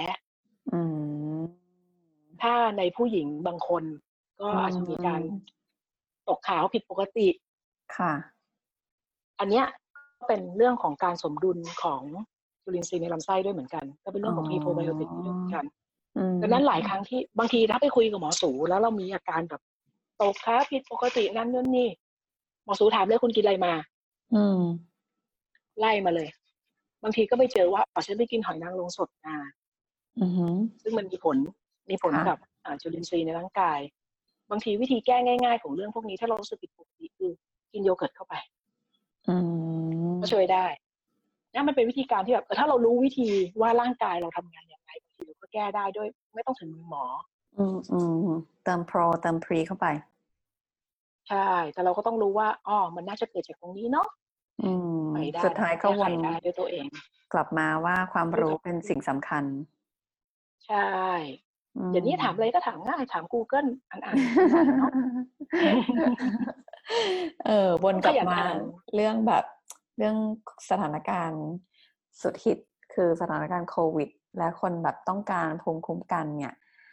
ถ้าในผู้หญิงบางคนก็อาจจะมีการตกขาวผิดปกติค่ะอันเนี้ยก็เป็นเรื่องของการสมดุลของจุลินทรีย์ในลำไส้ด้วยเหมือนกันก็เป็นเรื่องของพรีโปรไบโอติกด้วยเหมือนกันดังนั้นหลายครั้งที่บางทีถ้าไปคุยกับหมอสูแล้วเรามีอาการแบบตกขาวผิดปกตินั่นนี่หมอสูถามเลยคุณกินอะไรมาไล่มาเลยบางทีก็ไปเจอว่าฉันไปกินหอยนางรมสดมาซึ่งมันมีผลกับจุลินทรีย์ในร่างกายบางทีวิธีแก้ง่ายๆของเรื่องพวกนี้ถ้าเรารู้สึกผิดปกติคือกินโยเกิร์ตเข้าไปก็ช่วยได้นั่นมันเป็นวิธีการที่แบบถ้าเรารู้วิธีว่าร่างกายเราทำงานอย่างไรบางทีเราก็แก้ได้ด้วยไม่ต้องถึงมือหมอเติมโปรเติมพรีเข้าไปใช่แต่เราก็ต้องรู้ว่ามันน่าจะเกิดจากตรงนี้เนาะสุดท้ายก็วนได้ด้วยตัวเองกลับมาว่าความรู้เป็นสิ่งสำคัญใช่เดี๋ยวนี้ถามอะไรก็ถามง่ายถาม Google อ่านเนาะวนกลับมาเรื่องแบบเรื่องสถานการณ์สุดฮิตคือสถานการณ์โควิดและคนแบบต้องการภูมิคุ้มกันเนี่ย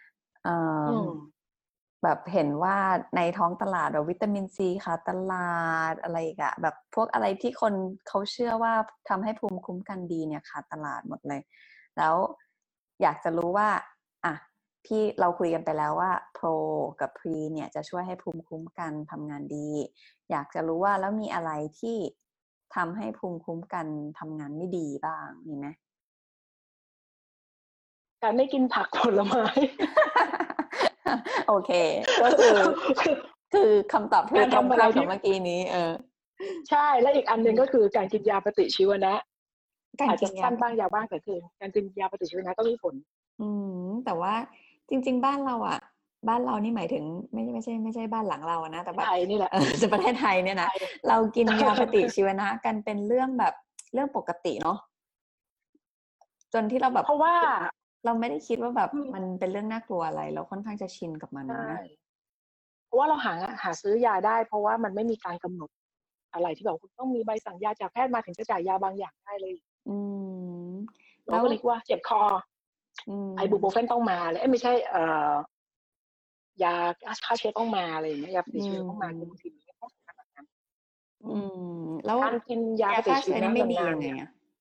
แบบเห็นว่าในท้องตลาดวิตามินซีค่ะตลาดอะไรอีกอะแบบพวกอะไรที่คนเขาเชื่อว่าทำให้ภูมิคุ้มกันดีเนี่ยค่ะตลาดหมดเลยแล้วอยากจะรู้ว่าที่เราคุยกันไปแล้วว่าโปรกับพรีเนี่ยจะช่วยให้ภูมิคุ้มกันทำงานดีอยากจะรู้ว่าแล้วมีอะไรที่ทำให้ภูมิคุ้มกันทำงานไม่ดีบ้างมีไหมการไม่กินผักผลไม้โอเคก็คือคำตอบที่ตรงข้ามกับเมื่อกี้นี้ใช่และอีกอันหนึ่งก็คือการกินยาปฏิชีวนะอาจจะสั้นบ้างยาวบ้างแต่คือการกินยาปฏิชีวนะก็มีผลแต่ว่าจริงๆบ้านเรานี่หมายถึงไม่ใช่บ้านหลังเรานะแต่แบบไทยนี่แหละจะประเทศไทยเนี่ยนะเรากินยาปฏิชีวนะกันเป็นเรื่องแบบเรื่องปกติเนาะจนที่เราแบบเพราะว่าเราไม่ได้คิดว่าแบบมันเป็นเรื่องน่ากลัวอะไรเราค่อนข้างจะชินกับมันนะเพราะว่าเราหาซื้อยาได้เพราะว่ามันไม่มีการกำหนดอะไรที่แบบคุณต้องมีใบสั่งยาจากแพทย์มาถึงจะจ่ายยาบางอย่างได้เลยเราก็เรียกว่าเจ็บคอไอบูโปรเฟนต้องมาเลยไม่ใช่ยาฆ่าเชื้อต้องมาอะไรอย่างเงี้ยยาปฏิชีวนะต้องมาคือบางทีมันไม่ต้องขนาดนั้นแล้วการกินยาปฏิชีวนะไม่ดียังไง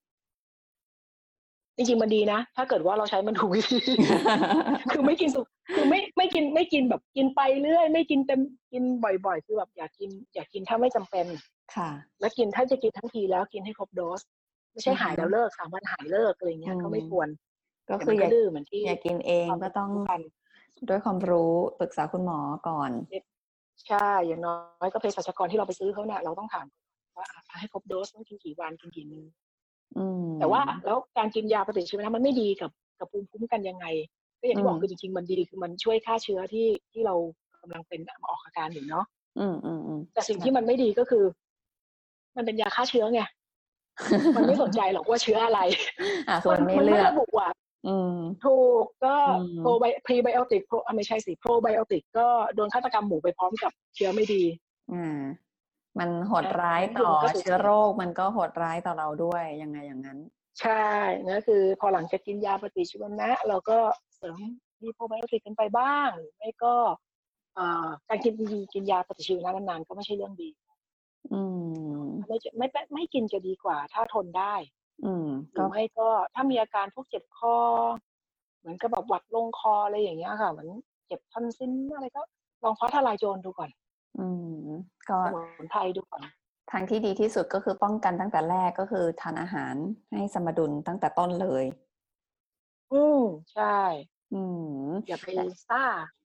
จริงๆมันดีนะถ้าเกิดว่าเราใช้มันถูกวิธี คือไม่กินคือไม่กินแบบกินไปเรื่อยไม่กินเต็มกินบ่อยๆคือแบบอยากกินถ้าไม่จำเป็นค่ะแล้วกินถ้าจะกินทั้งทีแล้วกินให้ครบโดสไม่ใช่หายแล้วเลิก3 วันหายเลิกอะไรเงี้ยก็ไม่ควรก็แต่คืออย่ามันก็ดื้อเหมือนที่อย่ากินเองเราก็ต้องรู้กันด้วยความรู้ปรึกษาคุณหมอก่อนใช่อย่างน้อยก็เภสัชกรที่เราไปซื้อเขาเนี่ยเราต้องถามว่าให้ครบโดสต้องกินกี่วันกินกี่มื้ออืแต่ว่ามแล้วการกินยาปฏิชีวนะมันไม่ดีกับภูมิคุ้มกันยังไงก็อย่างอืมที่บอกคือจริงๆมันดีคือมันช่วยฆ่าเชื้อที่เรากำลังเป็นออกอาการอยู่เนาะแต่สิ่งใช่ที่มันไม่ดีก็คือมันเป็นยาฆ่าเชื้อไงมันไม่สนใจหรอกว่าเชื้ออะไรคือมันมันไม่เลือกมันไม่ระบุอ่ะอืมถูกก็อืโปรมไบพรีไบโอติกไม่ใช่สิโปรไบโอติกก็โดนฆาตกรรมหมู่ไปพร้อมกับเชื้อไม่ดีอ่ามันโหดร้ายงั้นต่อคือมันก็สูญเชื้อโรเสียคมันก็โหดร้ายต่อเราด้วยยังไงอย่างนั้นใช่นะคือพอหลังจากกินยาปฏิชีวนะเราก็เสริมมีโปรไบโอติกกันไปบ้างหรือไม่ก็การกินยาปฏิชีวนะนานๆก็ไม่ใช่เรื่องดีอืมไม่กินจะดีกว่าถ้าทนได้อืมหรืก็อไม่ก็ถ้ามีอาการพวกเจ็บคอเหมือนกับแบบหวัดลงคออะไรอย่างเงี้ยค่ะเหมือนเจ็บทอนซิลอะไรก็ลองฟ้าทลายโจรดูก่อนอืมก็สมุนไพรดูก่อนทางที่ดีที่สุดก็คือป้องกันตั้งแต่แรกก็คือทานอาหารให้สมดุลตั้งแต่ต้นเลยอืมใช่อืมอย่าไปแต่ซ่า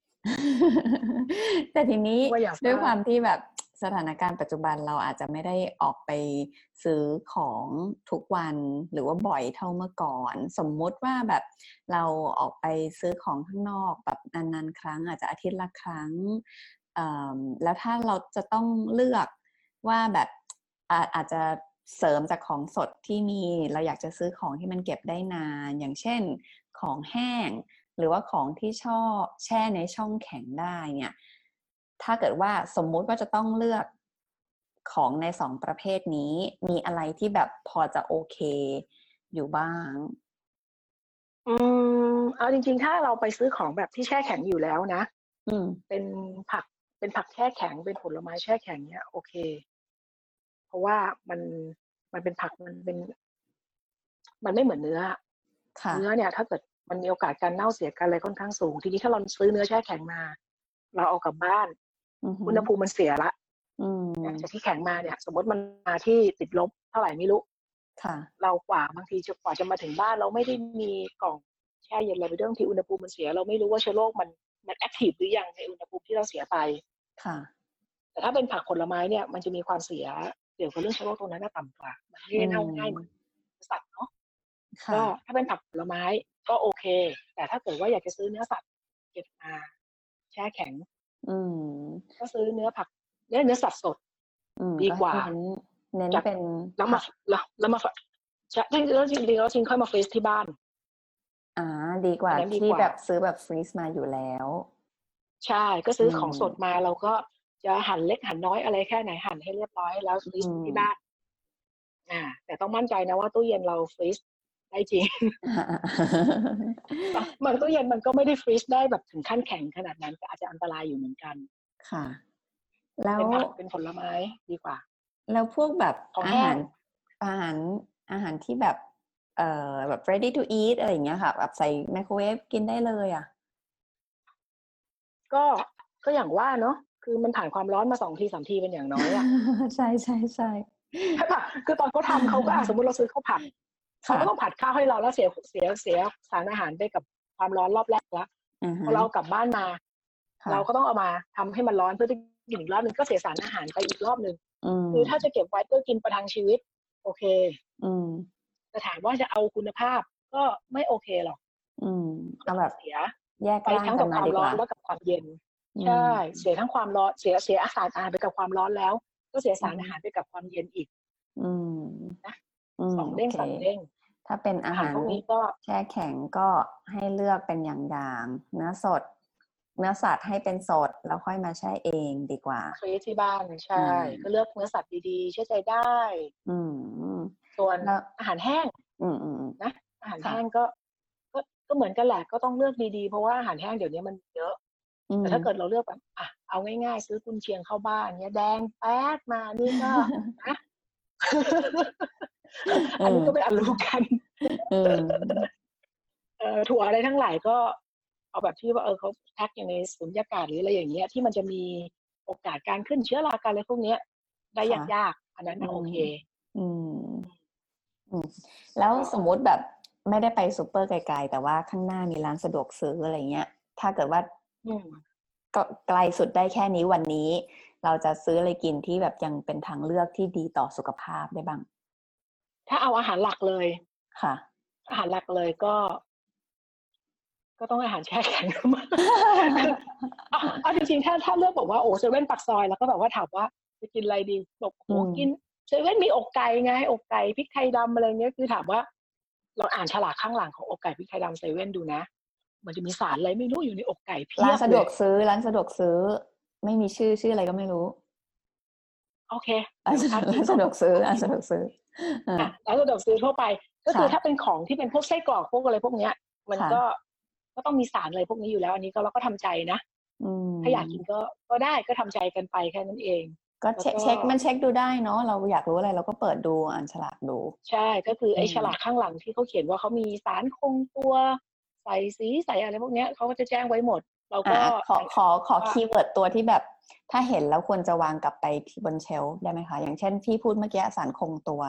แต่ทีนี้ว่าอย่าซ่าด้วยความที่แบบสถานการณ์ปัจจุบันเราอาจจะไม่ได้ออกไปซื้อของทุกวันหรือว่าบ่อยเท่าเมื่อก่อนสมมุติว่าแบบเราออกไปซื้อของข้างนอกแบบนานๆครั้งอาจจะอาทิตย์ละครั้งแล้วถ้าเราจะต้องเลือกว่าแบบอาจจะเสริมจากของสดที่มีเราอยากจะซื้อของที่มันเก็บได้นานอย่างเช่นของแห้ง หรือว่าของที่ชอบแช่ในช่องแข็งได้เนี่ยถ้าเกิดว่าสมมุติว่าจะต้องเลือกของในสองประเภทนี้มีอะไรที่แบบพอจะโอเคอยู่บ้างเอาจริงๆถ้าเราไปซื้อของแบบที่แช่แข็งอยู่แล้วนะอืมเป็นผักเป็นผักแช่แข็งเป็นผลไม้แช่แข็งเนี่ยโอเคเพราะว่ามันมันเป็นผักมันไม่เหมือนเนื้อค่ะเนื้อเนี่ยถ้าเกิดมันมีโอกาสการเน่าเสียกันอะไรค่อนข้างสูงทีนี้ถ้าเราซื้อเนื้อแช่แข็งมาเราเอากลับบ้านอือหืออุณหภูมิมันเสียละอืจากมที่แข็งมาเนี่ยสมมติมันมาที่ติดลบเท่าไหร่ไม่รู้ค่ะเรากว่าบางทีกว่าจะมาถึงบ้านเราไม่ได้มีกล่องแช่เย็นอะไรไปด้วยบางทีอุณหภูมิมันเสียเราไม่รู้ว่าเชื้อโรคมันแอคทีฟหรือยังในอุณหภูมิที่เราเสียไปค่ะแต่ถ้าเป็นผักผลไม้เนี่ยมันจะมีความเสียเกี่ยวกับเรื่องเชื้อโรคตรงนั้นต่ำกว่ามันไม่อืได้เน่าง่ายเหมือนมสัตว์เนาะค่ะก็ถ้าเป็นผักผลไม้ก็โอเคแต่ถ้าเกิดว่าอยากจะซื้อเนื้อสัตว์เก็บมาแช่แข็งอืมก็ซื้อเนื้อผักเนื้อสัตว์สดดีก็กว่าเน้นจากเป็นแล้วมาผักแล้วมาใช่จริงค่อยมาฟรีซที่บ้านอ่าดีกอัว่านนั้นดีที่กว่าแบบซื้อแบบฟรีซมาอยู่แล้วใช่ก็อืซื้อของสดมมาเราก็จะหั่นเล็กหั่นน้อยอะไรแค่ไหนหั่นให้เรียบร้อยแล้วฟรีอืซที่บ้านมแต่ต้องมั่นใจนะว่าตู้เย็นเราฟรีซได้จริง บางตู้เย็นมันก็ไม่ได้ฟรีซได้แบบถึงขั้นแข็งขนาดนั้นก็อาจจะอันตรายอยู่เหมือนกันค่ะแล้วเป็นผักเป็นผลไม้ดีกว่าแล้วพวกแบบของแห้งอาหารอาหารที่แบบแบบ ready to eat อะไรอย่างเงี้ยค่ะแบบใส่ไมโครเวฟกินได้เลยอ่ะก็ก็อย่างว่าเนาะคือมันผ่านความร้อนมา2 ที 3 ทีเป็นอย่างน้อยอ่ะใช่ใช่ใช่ใช่ปะคือตอนเขาทำเขาก็สมมติเราซื้อข้าวผัดเขาค่ะก็ต้องผัดข้าวให้เราแล้วเสียสารอาหารไปกับความร้อนรอบแรกแล้วอือฮะพอเราเอากลับบ้านมาค่ะเราก็ต้องเอามาทำให้มันร้อนเพื่อที่กินอีกรอบหนึ่งก็เสียสารอาหารไปอีกรอบหนึ่งอืคือถ้ามจะเก็บไว้เพื่อกินประทังชีวิตโอเคอืมแต่ถามว่าจะเอาคุณภาพก็ไม่โอเคหรอกอืมเอาแบบเสียแยกไปร่างกันทั้งกับความมาดีกว่าร้อนและกับความเย็นอืใช่มเสียทั้งความร้อนเสียสารอาหารไปกับความร้อนแล้วก็เสียอืสารอาหารไปมกับความเย็นอีกอืมนะอืมสองเด้งโอเค 3 เด้งถ้าเป็นอาอาหารหารพวกนี้ก็แช่แข็งก็ให้เลือกเป็นอย่างๆเนื้อสดเนื้อสัตว์ให้เป็นสดแล้วค่อยมาแช่เองดีกว่าฟรีซที่บ้านอ่ใช่ก็าเลือกเนื้อสัตว์ดีๆเชื่อใจได้อืมส่วนแล้วอาหารแห้งนะอาหารค่ะแห้งก็เหมือนกันแหละก็ต้องเลือกดีๆเพราะว่าอาหารแห้งเดี๋ยวนี้มันเยอะอืมแต่ถ้าเกิดเราเลือกแบบเอาง่ายๆซื้อกุนเชียงเข้าบ้านเนี้ยแดงแป๊ดมานี่ก็นะอือันนี้ก็เป็นมอันรู้กันอืมถั่วอะไรทั้งหลายก็เอาแบบที่ว่าเขาแพ็คอยู่ในสุญญากาศหรืออะไรอย่างเงี้ยที่มันจะมีโอกาสการขึ้นเชื้อราการอะไรพวกเนี้ยได้ค่ะยากๆอันนั้นอืมโอเคอืมอืมแล้วก็สมมุติแบบไม่ได้ไปซูเปอร์ไกลๆแต่ว่าข้างหน้ามีร้านสะดวกซื้ออะไรเงี้ยถ้าเกิดว่าก็ไกลสุดได้แค่นี้วันนี้เราจะซื้ออะไรกินที่แบบยังเป็นทางเลือกที่ดีต่อสุขภาพได้บ้างถ้าเอาอาหารหลักเลยค่ะอาหารหลักเลยก็ต้องอาหารแช่แข็งมาเอาจริงๆถ้าเลือกบอกว่าโอ้เซเว่นปากซอยแล้วก็แบบว่าถามว่าจะกินอะไรดีบอกโอ้กินเซเว่นมีอกไก่ไงอกไก่พริกไทยดำอะไรเงี้ยคือถามว่าเราอ่านฉลากข้างหลังของอกไก่พริกไทยดำเซเว่นดูนะมันจะมีสารอะไรไม่รู้อยู่ในอกไก่เพียบเลยร้านสะดวกซื้อไม่มีชื่ออะไรก็ไม่รู้โอเคร้านสะดวกซื้อร้านสะดวกซื้อร้านสะดวกซื้อทั่วไปก็คือถ้าเป็นของที่เป็นพวกไส้กรอกพวกอะไรพวกเนี้ยมันก็ต้องมีสารอะไรพวกนี้อยู่แล้วอันนี้ก็เราก็ทำใจนะถ้าอยากกินก็ได้ก็ทำใจกันไปแค่นั้นเองก็เช็คดูได้เนาะเราอยากรู้อะไรเราก็เปิดดูอ่านฉลากดูใช่ก็คือไอ้ฉลากข้างหลังที่เขาเขียนว่าเขามีสารคงตัวใส่สีใส่อะไรพวกเนี้ยเขาก็จะแจ้งไว้หมดเราก็ขอคีย์เวิร์ดตัวที่แบบถ้าเห็นแล้วควรจะวางกลับไปที่บนเชลฟ์ได้ไหมคะอย่างเช่นที่พูดเมื่อกี้สารคงตัว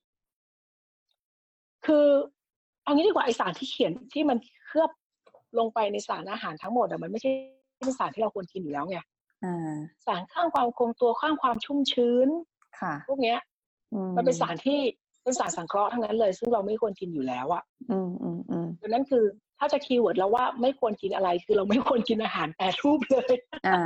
คือเอางี้ดีกว่าไอสารที่เขียนที่มันเคลือบลงไปในสารอาหารทั้งหมดมันไม่ใช่เป็นสารที่เราควรกินอยู่แล้วไงสารข้างความคงตัวข้างความชุ่มชื้นพวกเนี้ยมันเป็นสารที่เป็นสารสังเคราะห์ทั้งนั้นเลยซึ่งเราไม่ควรกินอยู่แล้วอ่ะดังนั้นคือถ้าจะคีย์เวิร์ดแล้วว่าไม่ควรกินอะไรคือเราไม่ควรกินอาหารแปรรูปเลย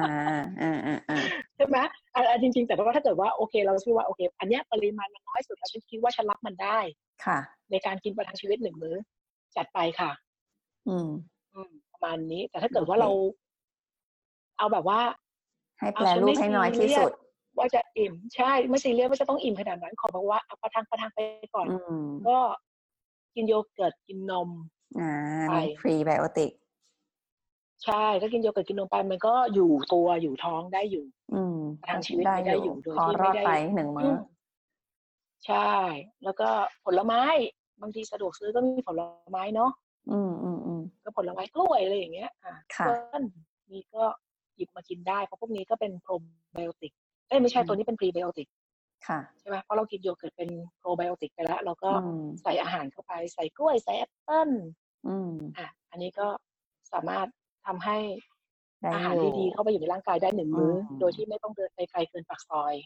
ใช่ไหมจริงๆแต่ว่าถ้าเกิดว่าโอเคเราคิดว่าโอเคอันเนี้ยปริมาณมันน้อยสุดแล้วฉันคิดว่าฉันรับมันได้ค่ะในการกินประทังชีวิต1 มื้อจัดไปค่ะประมาณนี้แต่ถ้าเกิดว่าเราเอาแบบว่าให้แปรรูปให้น้อยที่สุดว่าจะอิ่มใช่ไม่ซีเรียสว่าจะต้องอิ่มขนาดนั้นขอบอกว่าเอาประทังไปก่อนก็กินโยเกิร์ตกินนมมีพรีไบโอติกใช่ถ้ากินโยเกิร์ตกินนมไปมันก็อยู่ท้องได้อยู่ประทังชีวิตได้อยู่โดยที่ไม่ได้ 1 มื้อใช่แล้วก็ผลไม้บางทีสะดวกซื้อก็มีผลไม้เนาะก็ผลไม้กล้วยอะไรอย่างเงี้ยก็นี่ก็หยิบมากินได้เพราะพวกนี้ก็เป็นโปรไบโอติกไม่ใช่ตัวนี้เป็นพรีไบโอติกใช่ไหมเพราะเรากินโยเกิร์ตเป็นโปรไบโอติกไปแล้วเราก็ใส่อาหารเข้าไปใส่กล้วยใส่แอปเปิ้ลอันนี้ก็สามารถทำให้อาหารดีๆเข้าไปอยู่ในร่างกายได้1 มื้อโดยที่ไม่ต้องเดินไปไกลเกินปากซอย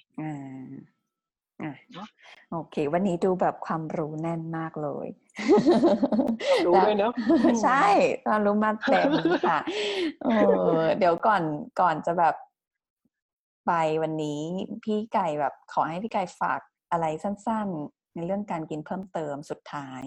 โอเควันนี้ดูแบบความรู้แน่นมากเลยรู้ด้วยเนาะใช่ความรู้มาเต็มค่ะเดี๋ยวก่อนจะแบบไปวันนี้พี่ไก่แบบขอให้พี่ไก่ฝากอะไรสั้นๆในเรื่องการกินเพิ่มเติมสุดท้าย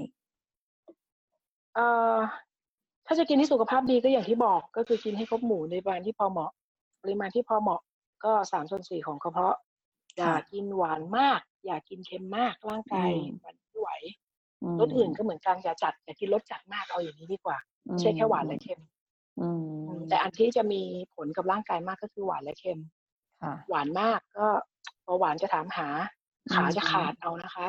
ถ้าจะกินที่สุขภาพดีก็อย่างที่บอกก็คือกินให้ครบหมู่ในปริมาณที่พอเหมาะปริมาณที่พอเหมาะก็3/4ของกระเพาะอย่ากินหวานมากอย่ากินเค็มมากร่างกายมันไม่ไหวรสอื่นก็เหมือนกันอย่ากินรสจัดมากเอาอย่างนี้ดีกว่าไม่ใช่แค่หวานและเค็มแต่อันที่จะมีผลกับร่างกายมากก็คือหวานและเค็มหวานมากก็พอหวานจะถามหาขาจะขาดเอานะคะ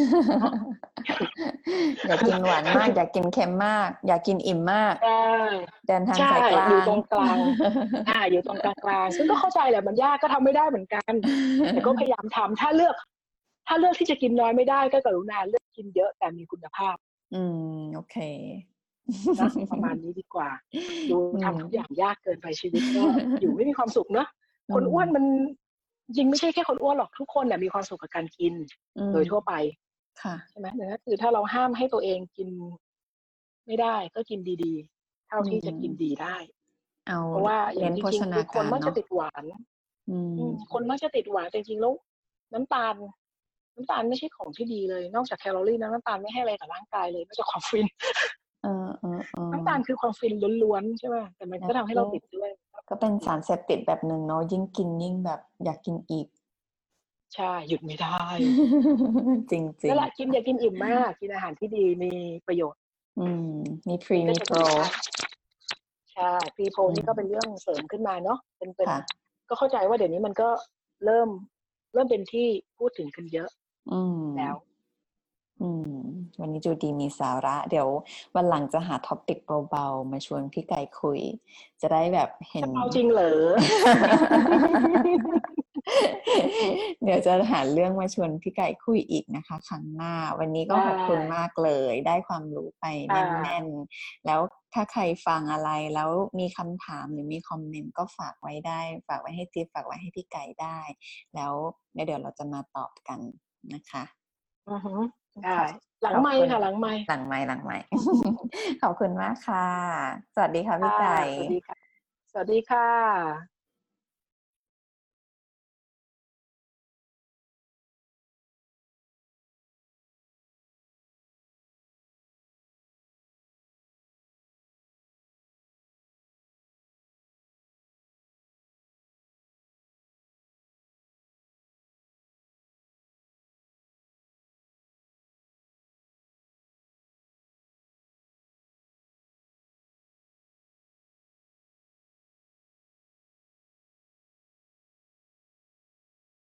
อย่ากินหวานมากอย่ากินเค็มมากอย่ากินอิ่มมากเดินทางสายกลางอยู่ตรงกลางอยู่ตรงกลางซึ่งก็เข้าใจแหละมันยากก็ทำไม่ได้เหมือนกันแต่ก็พยายามทำถ้าเลือกที่จะกินน้อยไม่ได้ก็กรุณาเลือกกินเยอะแต่มีคุณภาพโอเคนะประมาณนี้ดีกว่าดูทำทุกอย่างยากเกินไปชีวิตก็อยู่ไม่มีความสุขเนอะคนอ้วนมันจริงไม่ใช่แค่คนอ้วนหรอกทุกคนเนี่ยมีความสุขกับการกินโดยทั่วไปใช่ไหมดังนั้นคือถ้าเราห้ามให้ตัวเองกินไม่ได้ก็กินดีๆเท่าที่จะกินดีได้เพราะว่าอย่างจริงๆคือคนมักจะติดหวานคนมักจะติดหวานแต่จริงๆแล้วน้ำตาลไม่ใช่ของที่ดีเลยนอกจากแคลอรี่น้ำตาลไม่ให้อะไรกับร่างกายเลยนอกจากความฟินน้ำตาลคือความฟินล้วนๆใช่ไหมแต่มันก็ทำให้เราติดด้วยก็เป็นสารเสพติดแบบหนึ่งเนาะยิ่งกินยิ่งแบบอยากกินอีกใช่หยุดไม่ได้จริงๆนั่นแหละอย่ากินอิ่มมากกินอาหารที่ดีมีประโยชน์มีพรีมีโปรใช่พรีโปรนี่ก็เป็นเรื่องเสริมขึ้นมาเนาะเป็นก็เข้าใจว่าเดี๋ยวนี้มันก็เริ่มเป็นที่พูดถึงกันเยอะแล้ววันนี้จูดีมีสาระเดี๋ยววันหลังจะหาท็อปิกเบาๆมาชวนพี่ไก่คุยจะได้แบบเห็นเอาจริงเหรอเดี๋ยวจะหาเรื่องมาชวนพี่ไก่คุยอีกนะคะครั้งหน้าวันนี้ก็ขอบคุณมากเลยได้ความรู้ไปแน่นๆแล้วถ้าใครฟังอะไรแล้วมีคำถามหรือมีคอมเมนต์ก็ฝากไว้ได้ฝากไว้ให้จิ๊บฝากไว้ให้พี่ไก่ได้แล้วเดี๋ยวเราจะมาตอบกันนะคะได้หลังไมค์ค่ะหลังไมค์หลังไมค์ ขอบคุณมากค่ะสวัสดีค่ะพี่ไก่สวัสดีค่ะสวัสดีค่ะ